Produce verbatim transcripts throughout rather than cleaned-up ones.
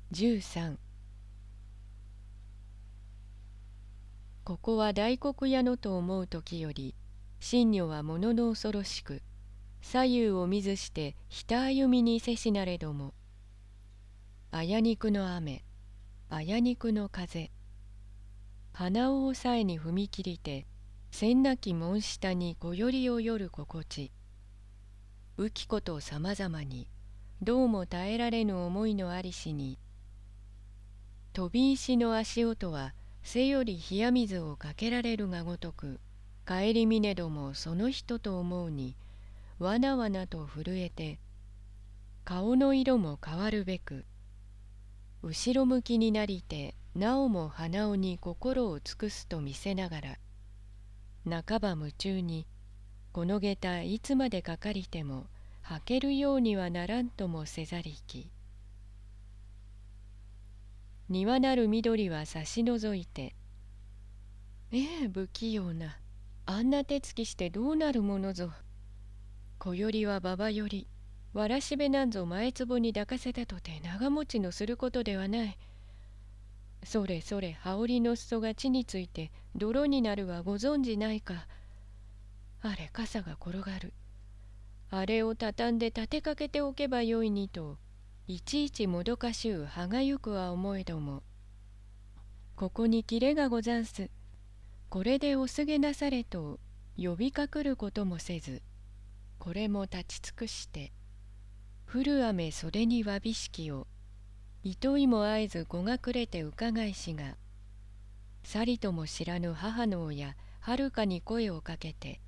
じゅうさん。ここは大黒屋のと思う時より、真女はものの恐ろしく、左右を見ずしてひた歩みにせしなれども、あやにくの雨、あやにくの風、鼻を押さえに踏み切りて、せんなき門下にこよりをよる心地、浮きことさまざまに、どうも耐えられぬ思いのありしに、飛び石の足音は背より冷や水をかけられるがごとく、帰り峰どもその人と思うに、わなわなと震えて、顔の色も変わるべく、後ろ向きになりて、なおも鼻緒に心を尽くすと見せながら、半ば夢中に、この下駄いつまでかかりても、履けるようにはならんともせざりき。庭なる緑は差し除いて、ええ不器用な、あんな手つきしてどうなるものぞ。小よりは馬場より、わらしべなんぞ前壺に抱かせたとて長持ちのすることではない。それそれ羽織の裾が地について泥になるはご存じないか。あれ傘が転がる。あれを畳んで立てかけておけばよいにと、いちいちもどかしゅう歯がゆくは思えども、ここに切れがござんす。これでおすげなされと呼びかくることもせず、これも立ち尽くして、降る雨袖にわびしきを、糸いも合図子がくれて伺いしが、さりとも知らぬ母の親はるかに声をかけて、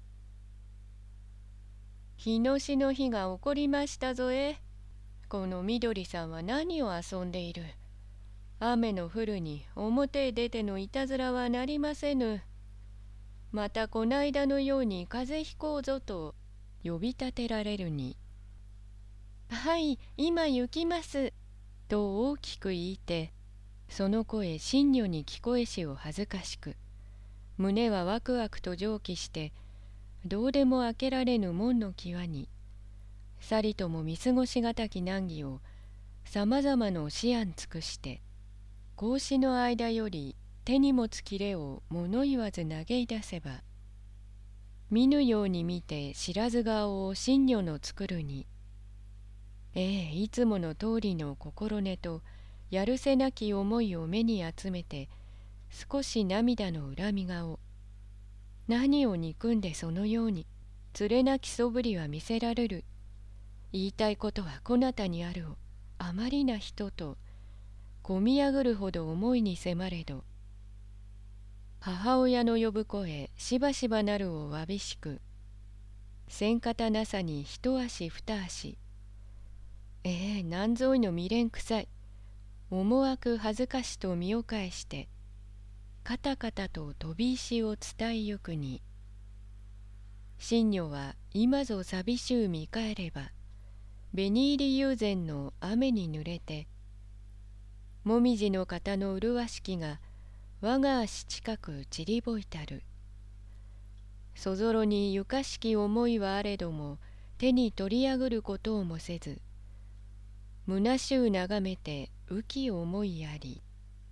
日のしの日が起こりましたぞえ。このみどりさんは何を遊んでいる。雨の降るに表へ出てのいたずらはなりませぬ。またこないだのように風邪ひこうぞと呼び立てられるに、はい、今行きます。と大きく言いて、その声真女に聞こえしを恥ずかしく、胸はワクワクと蒸気して、どうでも開けられぬ門の際に、さりとも見過ごしがたき難儀をさまざまの思案尽くして、格子の間より手に持つ切れを物言わず投げい出せば、見ぬように見て知らず顔を真女の作るに、ええいつもの通りの心根とやるせなき思いを目に集めて、少し涙の恨み顔、何を憎んでそのようにつれなきそぶりは見せられる。言いたいことはこなたにあるを、あまりな人とこみやぐるほど思いに迫れど、母親の呼ぶ声しばしばなるをわびしく、せんかたなさに一足二足、ええなんぞいの未練くさい、思わく恥ずかしと身を返して、かたかたと飛び石を伝えゆくに、真女は今ぞ寂しゅう見返れば、紅入り友禅の雨に濡れて、もみじの肩の麗しきが我が足近く散りぼいたる。そぞろにゆかしき思いはあれども、手に取りやぐることをもせず、虚しゅう眺めて浮き思いあり。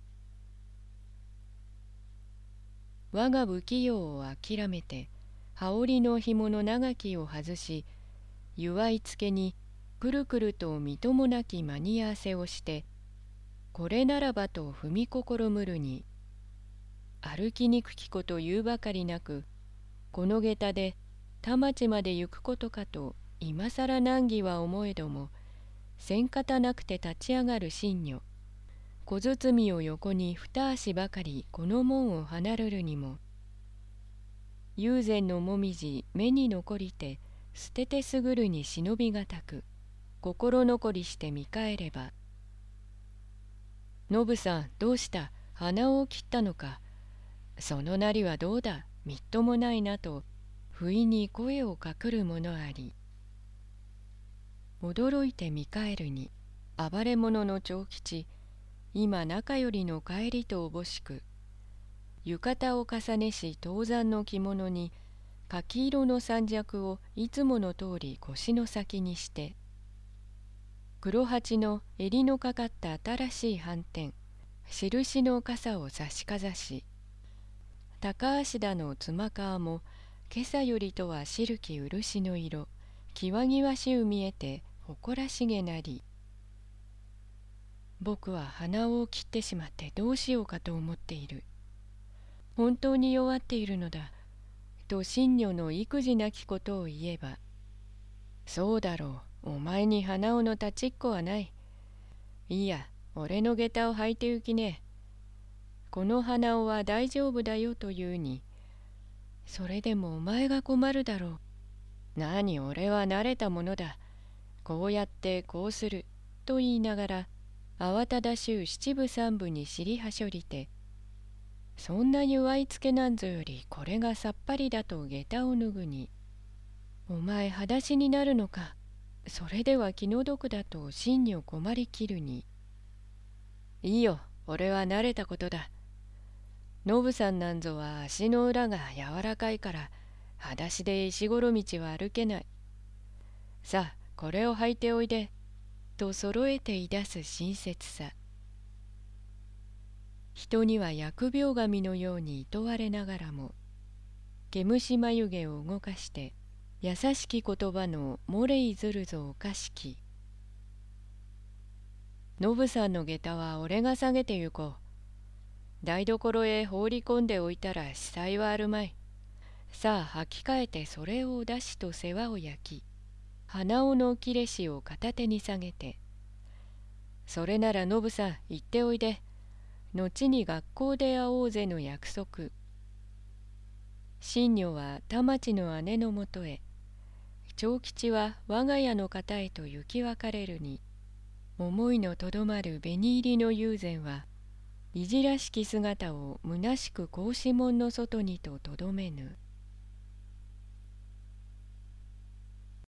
我が不器用を諦めて、羽織の紐の長きを外し、祝いつけにくるくるとみともなき間に合わせをして、これならばと踏み心むるに、歩きにくきこと言うばかりなく、この下駄で田町まで行くことかと今さら難儀は思えども、せんかたなくて立ち上がる真女、小包を横に二足ばかりこの門を離れるにも、友禅のもみじ目に残りて捨ててすぐるに忍びがたく、心残りして見返れば、のぶさんどうした、鼻を切ったのか、そのなりはどうだ、みっともないなと不意に声をかくるものあり、驚いて見返るに、暴れ者の長吉、今中よりの帰りとおぼしく、浴衣を重ねし当山の着物に柿色の三尺をいつもの通り腰の先にして、 黒八の襟のかかった新しい斑点、印の傘を差しかざし、高足田の妻川も今朝よりとは白き漆の色、きわぎわしゅう見えて誇らしげなり。僕は鼻を切ってしまってどうしようかと思っている。本当に弱っているのだ。と神女の育児なきことを言えば、そうだろう、お前に鼻緒の立ちっこはない。いいや、俺の下駄を履いて行きね。この鼻緒は大丈夫だよというに、それでもお前が困るだろう。なに、俺は慣れたものだ。こうやってこうする。と言いながら、慌ただしゅう七分三分に尻はしょりて、そんな弱いつけなんぞよりこれがさっぱりだと下駄を脱ぐに、お前裸足になるのか。それでは気の毒だと真に困りきるに、いいよ、俺は慣れたことだ。ノブさんなんぞは足の裏が柔らかいから裸足で石ころ道は歩けない。さあこれを履いておいで。と揃えていだす親切さ。人には疫病神のように厭われながらも、毛虫眉毛を動かして優しき言葉の漏れいずるぞおかしき。ノブさんの下駄は俺が下げてゆこう。台所へ放り込んでおいたら司祭はあるまい。さあ履き替えてそれを出しと世話を焼き、鼻緒の切れしを片手に下げて、それならノブさん行っておいで。後に学校で会おうぜの約束。神女は田町の姉のもとへ、長吉は我が家の方へと行き別れるに、思いのとどまる紅入りの友禅はいじらしき姿を虚しく格子門の外にととどめぬ。